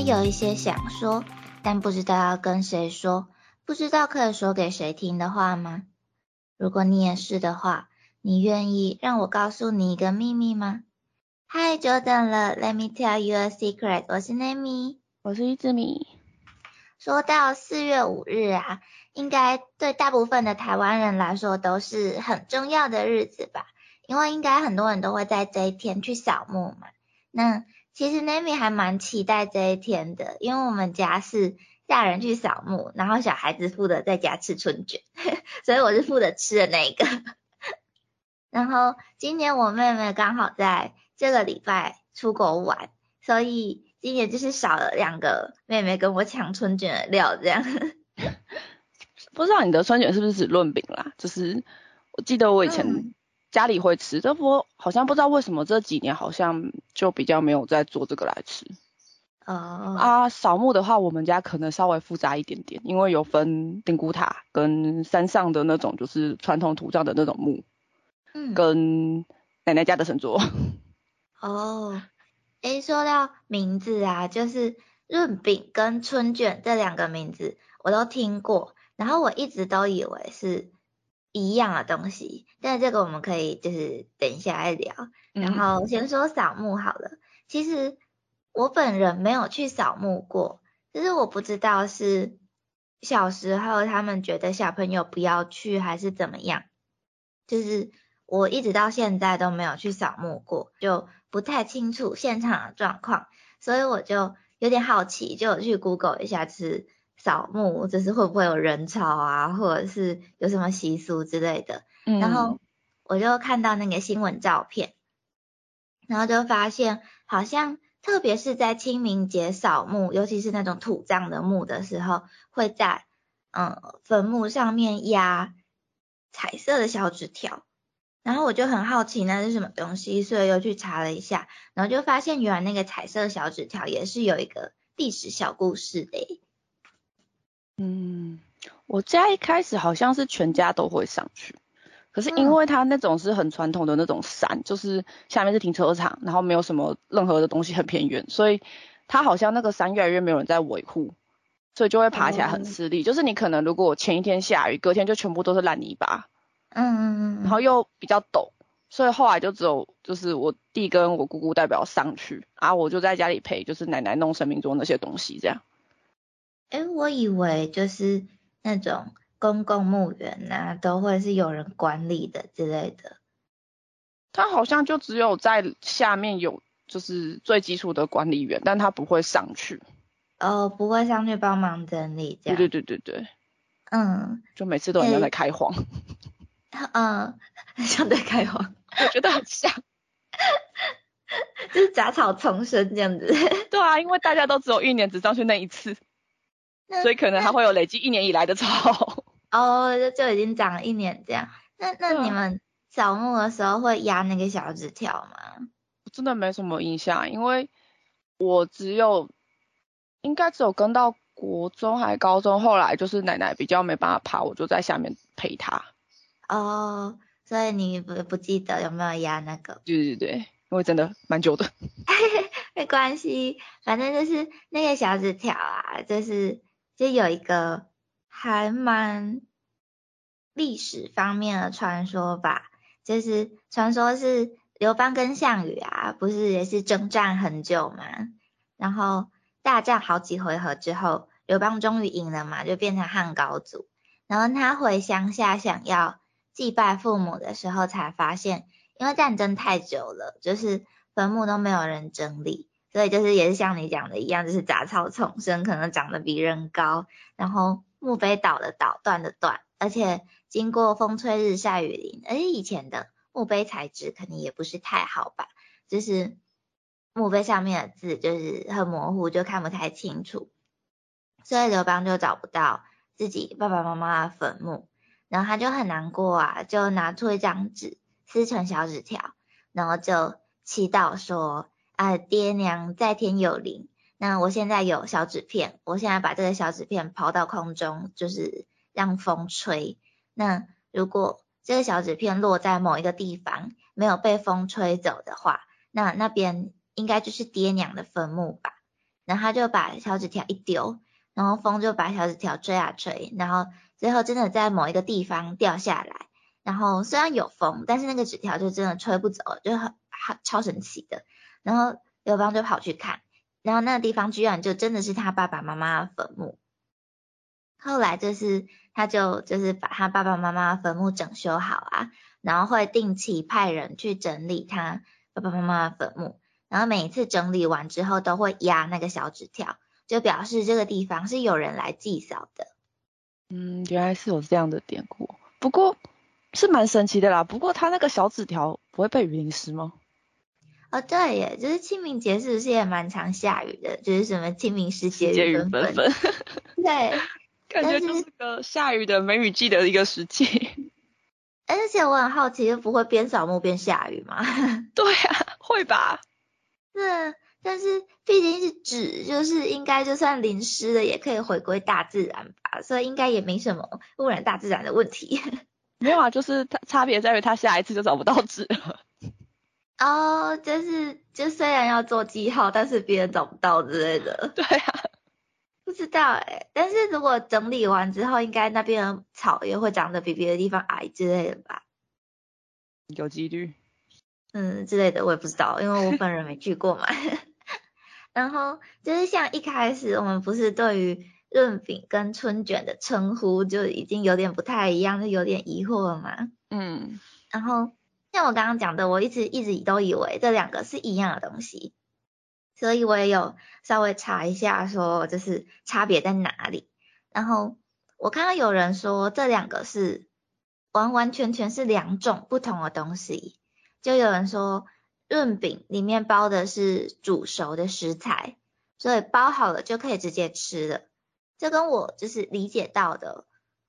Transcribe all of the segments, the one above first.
有一些想说，但不知道要跟谁说，不知道可以说给谁听的话吗？如果你也是的话，你愿意让我告诉你一个秘密吗？嗨，久等了 ，Let me tell you a secret， 我是 Nami， 我是一只米。 说到4月5日啊，应该对大部分的台湾人来说都是很重要的日子吧，因为应该很多人都会在这一天去扫墓嘛。那其实 Nami 还蛮期待这一天的，因为我们家是大人去扫墓，然后小孩子负责在家吃春卷，所以我是负责吃的那一个。然后今年我妹妹刚好在这个礼拜出国玩，所以今年就是少了2个妹妹跟我抢春卷的料这样。 不知道你的春卷是不是指润饼啦？就是我记得我以前家里会吃，不过好像不知道为什么这几年好像就比较没有在做这个来吃。扫墓的话，我们家可能稍微复杂一点点，因为有分灵骨塔跟山上的那种就是传统土葬的那种墓，跟奶奶家的神桌。 说到名字啊，就是润饼跟春卷这2个名字我都听过，然后我一直都以为是一样的东西，但这个我们可以就是等一下再聊。然后先说扫墓好了，其实我本人没有去扫墓过，就是我不知道是小时候他们觉得小朋友不要去还是怎么样，就是我一直到现在都没有去扫墓过，就不太清楚现场的状况，所以我就有点好奇，就有去 Google 一下，就是扫墓就是会不会有人潮啊，或者是有什么习俗之类的。然后我就看到那个新闻照片，然后就发现好像特别是在清明节扫墓，尤其是那种土葬的墓的时候，会在坟墓上面压彩色的小纸条。然后我就很好奇那是什么东西，所以又去查了一下，然后就发现原来那个彩色小纸条也是有一个历史小故事的耶。 我家一开始好像是全家都会上去，可是因为它那种是很传统的那种山，就是下面是停车场，然后没有什么任何的东西，很偏远，所以它好像那个山越来越没有人在维护，所以就会爬起来很吃力。就是你可能如果前一天下雨，隔天就全部都是烂泥巴，然后又比较陡，所以后来就只有就是我弟跟我姑姑代表上去，我就在家里陪就是奶奶弄神明桌那些东西这样。 我以为就是那种公共墓园啊，都会是有人管理的之类的。 他好像就只有在下面有就是最基础的管理员，但他不会上去。 不会上去帮忙整理这样。 对。就每次都很像在开荒。 很像在开荒。 我觉得很像。 就是杂草丛生这样子。 对啊，因为大家都只有1年只上去那一次，所以可能还会有累积1年以来的草。 就已经长了1年这样。那你们扫墓的时候会压那个小纸条吗？ 我真的没什么印象，因为我应该只有跟到国中还高中，后来就是奶奶比较没办法爬，我就在下面陪她。 所以你不记得有没有压那个？ 对，因为真的蛮久的。 没关系，反正就是那个小纸条啊，就有一个还蛮历史方面的传说吧，就是传说是刘邦跟项羽啊，不是也是征战很久嘛，然后大战好几回合之后，刘邦终于赢了嘛，就变成汉高祖。然后他回乡下想要祭拜父母的时候，才发现因为战争太久了，就是坟墓都没有人整理，所以就是也是像你讲的一样，就是杂草丛生，可能长得比人高，然后墓碑倒的倒，断的断，而且经过风吹日晒雨淋，而且以前的墓碑材质可能也不是太好吧，就是墓碑上面的字就是很模糊，就看不太清楚，所以刘邦就找不到自己爸爸妈妈的坟墓，然后他就很难过啊，就拿出一张纸撕成小纸条，然后就祈祷说爹娘在天有灵，那我现在有小纸片，我现在把这个小纸片抛到空中，就是让风吹，那如果这个小纸片落在某一个地方没有被风吹走的话，那边应该就是爹娘的坟墓吧。 然后他就把小纸条一丢，然后风就把小纸条吹啊吹，然后最后真的在某一个地方掉下来，然后虽然有风，但是那个纸条就真的吹不走，就很超神奇的。然后刘邦就跑去看，然后那个地方居然就真的是他爸爸妈妈的坟墓。后来他就是把他爸爸妈妈的坟墓整修好啊，然后会定期派人去整理他爸爸妈妈的坟墓，然后每一次整理完之后都会压那个小纸条，就表示这个地方是有人来祭扫的。 原来是有这样的典故，不过是蛮神奇的啦。不过他那个小纸条不会被雨淋湿吗？ 哦，对耶，就是清明节是不是也蛮常下雨的？就是什么清明时节节雨雨纷纷。 纷纷， 对， 感觉就是个下雨的梅雨季的一个时期。 而且我很好奇，就不会边扫墓边下雨吗？ 对啊，会吧？ 是，但是毕竟是纸，就是应该就算淋湿了，也可以回归大自然吧，所以应该也没什么污染大自然的问题。 没有啊，就是它差别在于它下一次就找不到纸了。 哦，就虽然要做记号，但是别人找不到之类的。 对啊， 不知道但是如果整理完之后，应该那边的草也会长得比别的地方矮之类的吧？ 有几率。 之类的，我也不知道，因为我本人没去过嘛。然后就是像一开始我们不是对于润饼跟春卷的称呼就已经有点不太一样，就有点疑惑了嘛。然后像我刚刚讲的，我一直都以为这两个是一样的东西，所以我也有稍微查一下说就是差别在哪里。然后我看到有人说这两个是完完全全是两种不同的东西，就有人说润饼里面包的是煮熟的食材，所以包好了就可以直接吃了。这跟我就是理解到的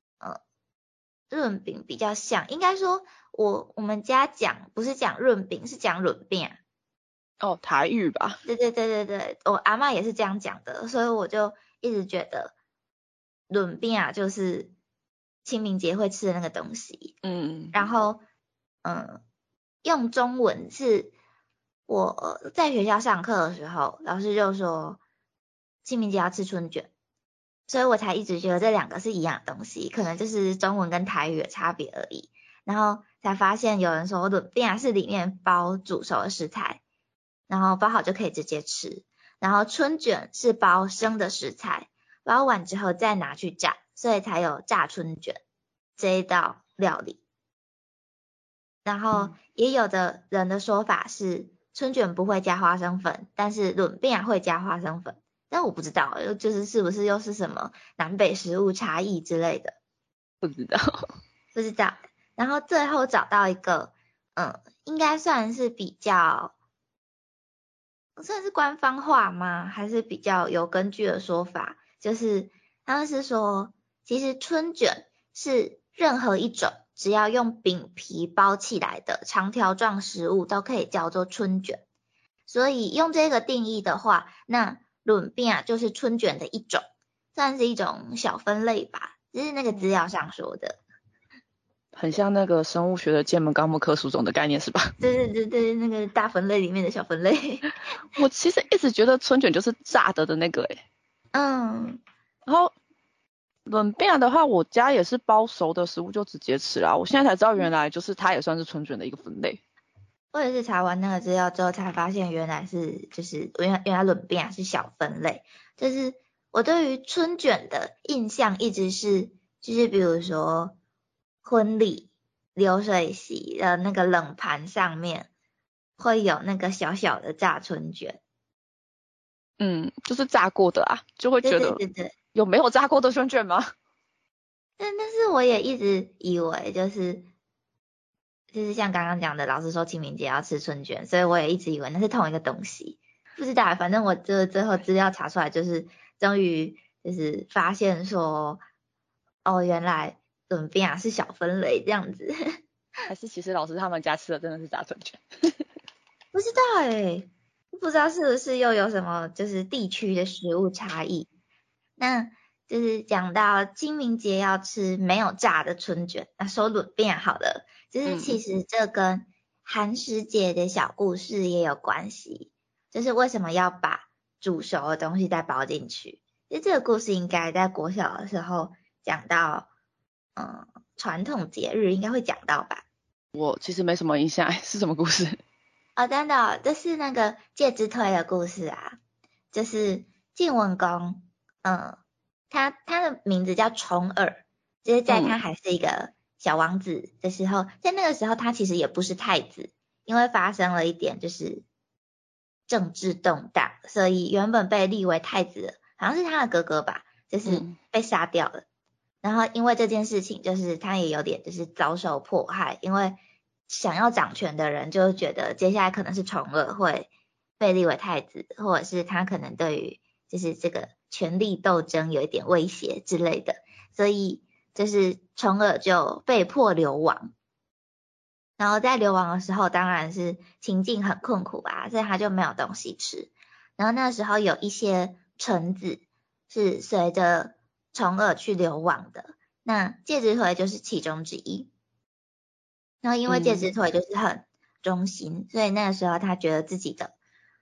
润饼比较像，应该说我们家讲不是讲润饼，是讲润饼。 哦，台语吧？ 对对对对对，我阿嬷也是这样讲的，所以我就一直觉得润饼啊就是清明节会吃的那个东西。然后用中文是我在学校上课的时候，老师就说清明节要吃春卷，所以我才一直觉得这两个是一样的东西，可能就是中文跟台语的差别而已。然后才发现有人说润饼是里面包煮熟的食材，然后包好就可以直接吃。然后春卷是包生的食材，包完之后再拿去炸，所以才有炸春卷这一道料理。然后也有的人的说法是春卷不会加花生粉，但是润饼会加花生粉，但我不知道就是是不是又是什么南北食物差异之类的， 不知道。 不知道。然后最后找到一个应该算是比较算是官方话吗？还是比较有根据的说法？就是他们是说，其实春卷是任何一种只要用饼皮包起来的长条状食物都可以叫做春卷。所以用这个定义的话，那润饼就是春卷的一种，算是一种小分类吧。这是那个资料上说的。 很像那个生物学的界门纲目科属种的概念是吧？ 对对对对，那个大分类里面的小分类。 我其实一直觉得春卷就是炸的那个然后润饼的话，我家也是包熟的食物就直接吃啦。我现在才知道原来就是它也算是春卷的一个分类。 我也是查完那个资料之后才发现，原来润饼是小分类。就是我对于春卷的印象一直是，就是比如说婚礼流水席的那个冷盘上面会有那个小小的炸春卷。 就是炸过的啊，就会觉得对， 有没有炸过的春卷吗？ 但是我也一直以为就是像刚刚讲的，老师说清明节要吃春卷，所以我也一直以为那是同一个东西。不知道，反正我这最后资料查出来，就是终于就是发现说，原来润饼是小分类这样子。 还是其实老师他们家吃的真的是炸春卷？ 不知道不知道是不是又有什么就是地区的食物差异。那就是讲到清明节要吃没有炸的春卷，那说润饼好了，就是其实这跟寒食节的小故事也有关系，就是为什么要把煮熟的东西再包进去。其实这个故事应该在国小的时候讲到，传统节日应该会讲到吧。 我其实没什么印象，是什么故事？ 真的哦，这是那个介之推的故事啊，就是晋文公，他的名字叫重耳，就是在他还是一个小王子的时候，在那个时候他其实也不是太子，因为发生了一点就是政治动荡，所以原本被立为太子的好像是他的哥哥吧，就是被杀掉了。然后因为这件事情，就是他也有点就是遭受迫害，因为想要掌权的人就觉得接下来可能是重耳会被立为太子，或者是他可能对于就是这个权力斗争有一点威胁之类的，所以就是重耳就被迫流亡。然后在流亡的时候，当然是情境很困苦吧，所以他就没有东西吃。然后那时候有一些臣子是随着重耳去流亡的，那介之推就是其中之一。然后因为介之推就是很忠心，所以那个时候他觉得自己的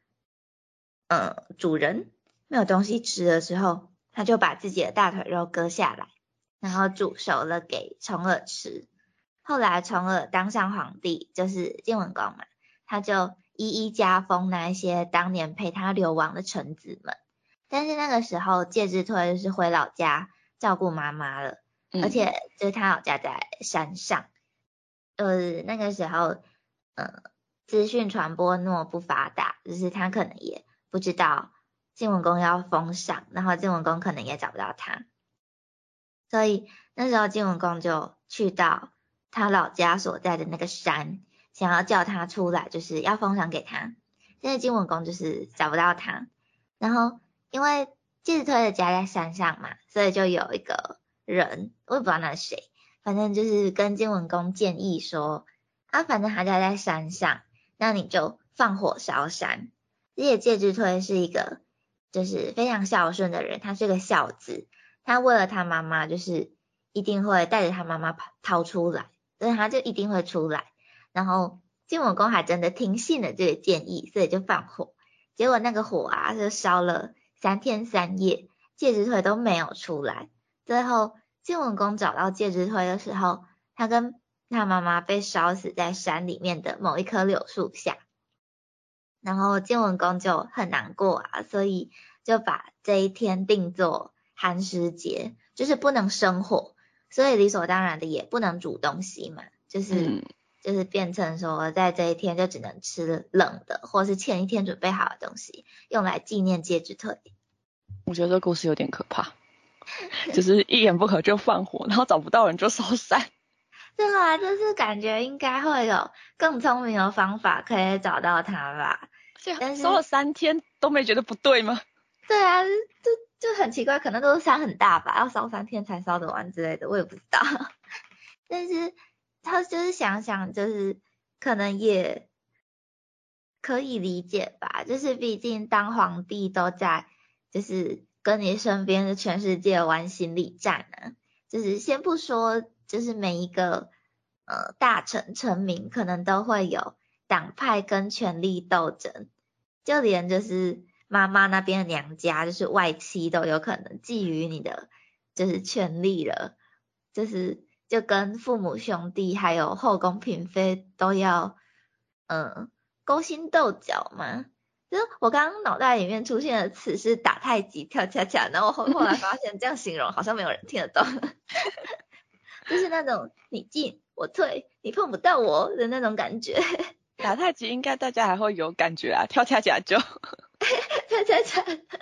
主人没有东西吃的时候，他就把自己的大腿肉割下来，然后煮熟了给重耳吃。后来重耳当上皇帝，就是晋文公嘛，他就一一加封那一些当年陪他流亡的臣子们。但是那个时候介之推就是回老家照顾妈妈了，而且就是他老家在山上，那个时候资讯传播那么不发达，就是他可能也不知道晋文公要封赏，然后晋文公可能也找不到他，所以那时候晋文公就去到他老家所在的那个山，想要叫他出来，就是要封赏给他。现在晋文公就是找不到他，然后因为介之推的家在山上嘛，所以就有一个人，我也不知道那是谁，反正就是跟晋文公建议说，反正他家在山上，那你就放火烧山。而且介之推是一个就是非常孝顺的人，他是个孝子，他为了他妈妈就是一定会带着他妈妈逃出来，所以他就一定会出来。然后晋文公还真的听信了这个建议，所以就放火。结果那个火就烧了3天3夜，介之推都没有出来。最后晋文公找到介之推的时候，他跟他妈妈被烧死在山里面的某一棵柳树下。然后晋文公就很难过所以就把这一天定作寒食节，就是不能生火，所以理所当然的也不能煮东西嘛，就是变成说在这一天就只能吃冷的，或是前一天准备好的东西，用来纪念介之推。 我觉得这故事有点可怕，就是一言不合就放火，然后找不到人就烧山。 对啊，就是感觉应该会有更聪明的方法可以找到他吧。但是烧了3天都没觉得不对吗？ 对啊，就很奇怪，可能都是山很大吧，要烧3天才烧得完之类的，我也不知道。但是他就是想想，就是可能也可以理解吧，就是毕竟当皇帝都在，就是跟你身边的全世界玩心理战就是先不说，就是每一个大臣臣民可能都会有党派跟权力斗争，就连就是妈妈那边的娘家，就是外戚都有可能觊觎你的就是权力了，就跟父母兄弟还有后宫嫔妃都要勾心斗角嘛。就是我刚刚脑袋里面出现的词是打太极、跳恰恰，然后后来发现这样形容好像没有人听得懂，就是那种你进我退，你碰不到我的那种感觉。 打太极应该大家还会有感觉啊，跳恰恰就跳恰恰，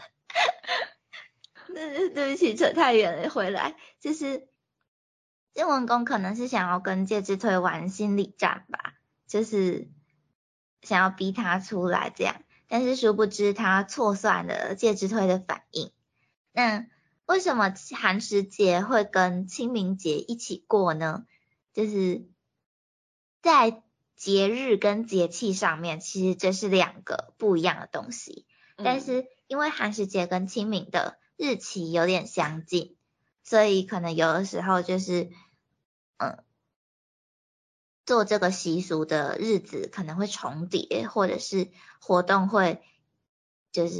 对不起，扯太远了，回来就是晋文公可能是想要跟介之推玩心理战吧，就是想要逼他出来这样，但是殊不知他错算了介之推的反应。那为什么寒食节会跟清明节一起过呢？就是在节日跟节气上面，其实这是2个不一样的东西。但是因为寒食节跟清明的日期有点相近，所以可能有的时候就是做这个习俗的日子可能会重叠，或者是活动会就是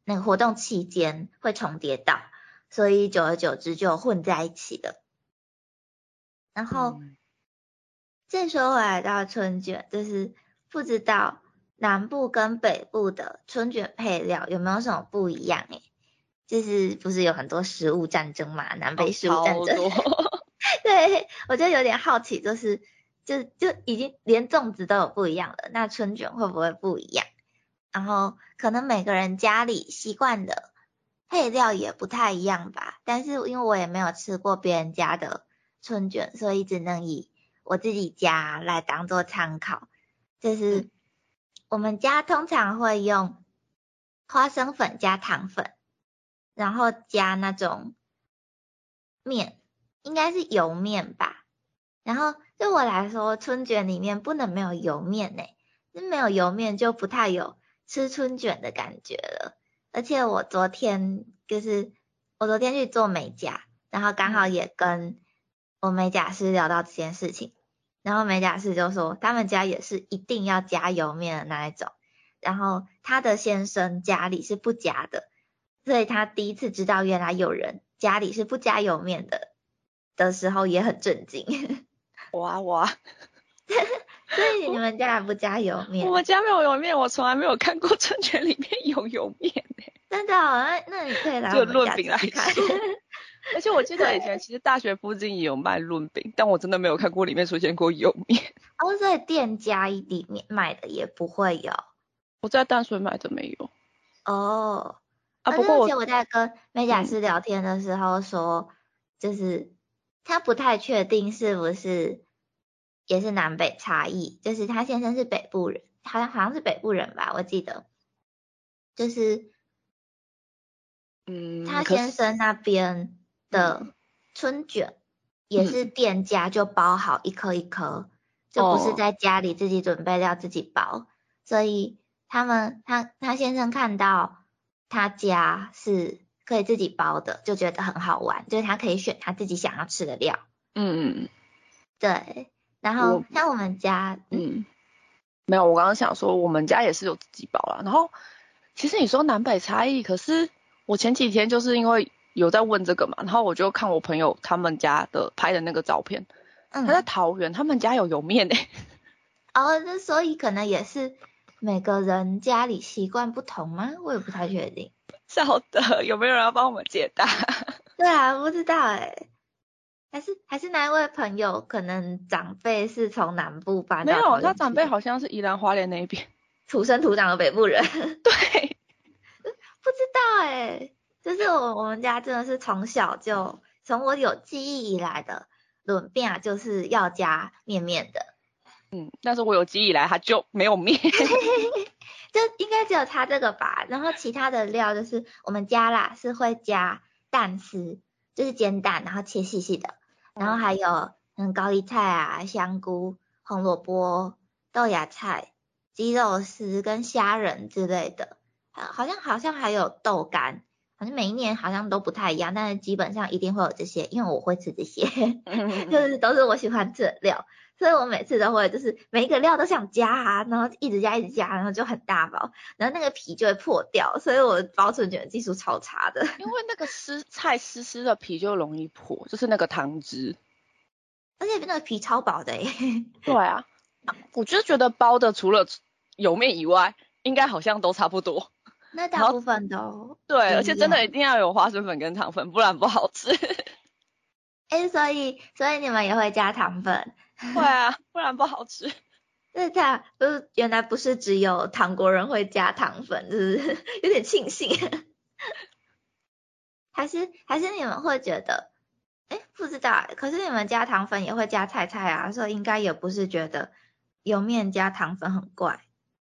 那个活动期间会重叠到，所以久而久之就混在一起了。然后再说回来到春卷，就是不知道南部跟北部的春卷配料有没有什么不一样就是不是有很多食物战争嘛，南北食物战争。 超多对，我就有点好奇，就已经连粽子都有不一样了，那春卷会不会不一样？然后可能每个人家里习惯的配料也不太一样吧，但是因为我也没有吃过别人家的春卷，所以只能以我自己家来当做参考。就是我们家通常会用花生粉加糖粉，然后加那种面，应该是油面吧。然后对我来说，春卷里面不能没有油面没有油面就不太有吃春卷的感觉了。而且我昨天去做美甲，然后刚好也跟我美甲师聊到这件事情，然后美甲师就说他们家也是一定要加油面的那一种，然后他的先生家里是不加的，所以他第一次知道原来有人家里是不加油面的时候也很震惊。 哇所以你们家还不加油面？ 我们家没有油面，我从来没有看过春卷里面有油面真的那你可以来我就们家润饼来看。 说而且我记得以前其实大学附近也有卖润饼，但我真的没有看过里面出现过油面。 所以店家里面卖的也不会有。 我在淡水买的没有。不过而且我在跟美甲师聊天的时候说，就是他不太确定是不是也是南北差异，就是他先生是北部人，好像是北部人吧，我记得，就是他先生那边的春卷也是店家就包好一颗一颗，就不是在家里自己准备料自己包，所以他先生看到他家是可以自己包的，就觉得很好玩，就是他可以选他自己想要吃的料。对，然后像我们家没有，我刚刚想说我们家也是有自己包啦。然后其实你说南北差异，可是我前几天就是因为有在问这个嘛，然后我就看我朋友他们家的拍的那个照片，他在桃园，他们家有油面那所以可能也是每个人家里习惯不同吗？我也不太确定。 晓得有没有人要帮我们解答？ 对啊，不知道还是那一位朋友可能长辈是从南部搬到桃园去。 没有，他长辈好像是宜兰花莲那一边， 土生土长的北部人。 对， 不知道就是我们家真的是从我有记忆以来的润饼就是要加面的。 但是我有记忆以来他就没有面。 就应该只有他这个吧，然后其他的料就是我们家啦是会加蛋丝，就是煎蛋然后切细细的，然后还有高丽菜啊、香菇、红萝卜、豆芽菜、鸡肉丝跟虾仁之类的，好像还有豆干，反正每一年好像都不太一样，但是基本上一定会有这些，因为我会吃这些，就是都是我喜欢吃的料。所以我每次都会就是每一个料都想加然后一直加，然后就很大包，然后那个皮就会破掉，所以我包春卷的技术超差的。 因为那个菜湿的皮就容易破，就是那个汤汁， 而且那个皮超薄的对啊，我就觉得包的除了油面以外，应该好像都差不多。 那大部分都对，而且真的一定要有花生粉跟糖粉，不然不好吃。 所以你们也会加糖粉？ 会啊，不然不好吃。 原来不是只有唐国人会加糖粉，就是有点庆幸。还是你们会觉得，不知道可是你们加糖粉也会加菜啊，所以应该也不是觉得油面加糖粉很怪。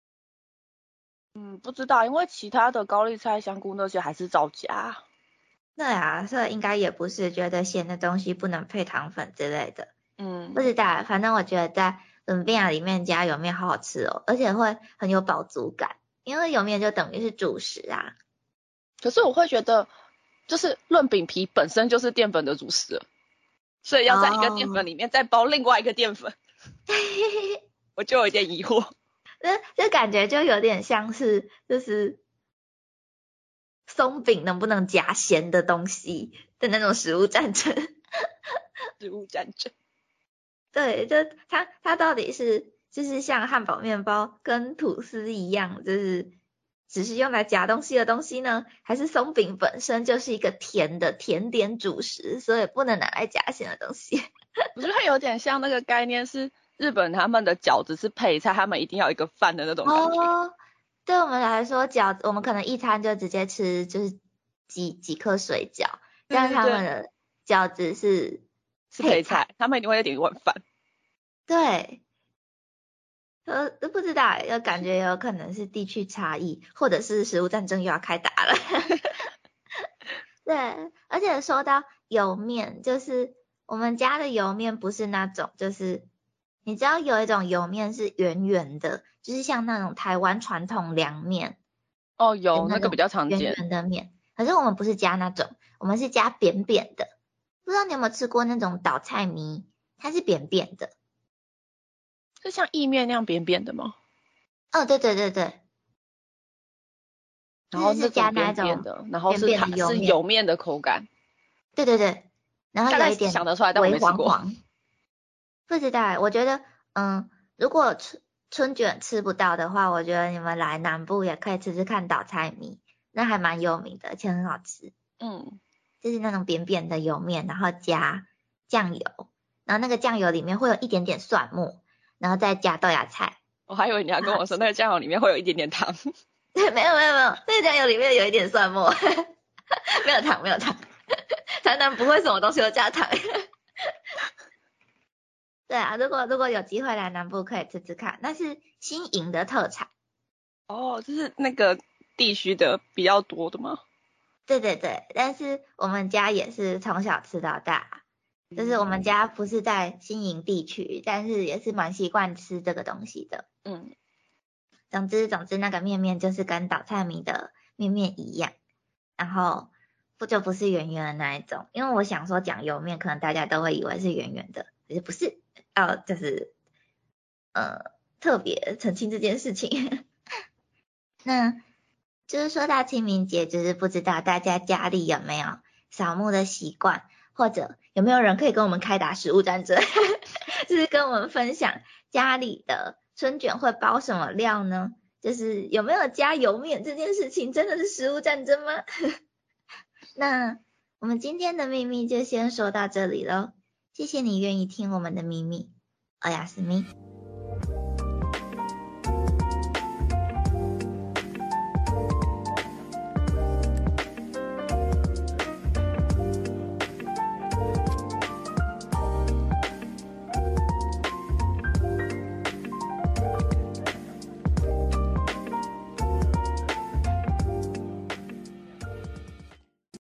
不知道，因为其他的高丽菜、香菇那些还是照加。 对啊，所以应该也不是觉得咸的东西不能配糖粉之类的。不知道，反正我觉得在润饼里面加油面好好吃而且会很有饱足感，因为油面就等于是主食啊。 可是我会觉得，就是润饼皮本身就是淀粉的主食了，所以要在一个淀粉里面再包另外一个淀粉，我就有点疑惑。 这感觉就有点像是就是松饼能不能夹咸的东西的那种食物战争。 食物战争。 对，就它到底是就是像汉堡面包跟吐司一样，就是只是用来夹东西的东西呢，还是松饼本身就是一个甜的甜点主食，所以不能拿来夹咸的东西？ 我觉得它有点像那个概念是日本他们的饺子是配菜，他们一定要一个饭的那种感觉。 哦，对我们来说，饺子我们可能一餐就直接吃就是几颗水饺，但他们的饺子是配菜，他们一定会点一碗饭。 对，都不知道，又感觉有可能是地区差异，或者是食物战争又要开打了。对，而且说到油面，就是我们家的油面不是那种，就是你知道有一种油面是圆圆的，就是像那种台湾传统凉面。 哦，有那个比较常见。 圆圆的面，可是我们不是加那种，我们是加扁扁的。不知道你有没有吃过那种倒菜米，它是扁扁的。 是像意面那样扁扁的吗？ 哦，对对对对。 然后是加那种的，然后扁扁的油面， 是油面的口感。 对对对，然后有一点想得出来，但我没吃过。 不知道，我觉得如果春卷吃不到的话，我觉得你们来南部也可以吃吃看倒菜米，那还蛮有名的，而且很好吃。就是那种扁扁的油面，然后加酱油，然后那个酱油里面会有一点点蒜末，然后再加豆芽菜。 我还以为你要跟我说那个酱油里面会有一点点糖。 对，没有，那个酱油里面有一点蒜末。没有糖。台南不会什么东西都加糖。对啊，如果有机会来南部可以吃吃看，那是新营的特产。 哦，就是那个地区的比较多的吗？ 对对对，但是我们家也是从小吃到大，就是我们家不是在新营地区，但是也是蛮习惯吃这个东西的。总之那个面面就是跟倒菜米的面面一样，然后不是圆圆的那一种，因为我想说讲油面可能大家都会以为是圆圆的，可是不是，就是特别澄清这件事情。那就是说到清明节，就是不知道大家家里有没有扫墓的习惯，或者有没有人可以跟我们开打食物战争，就是跟我们分享家里的春卷会包什么料呢？就是有没有加油面这件事情真的是食物战争吗？那我们今天的秘密就先说到这里咯，谢谢你愿意听我们的秘密，欧亚斯密。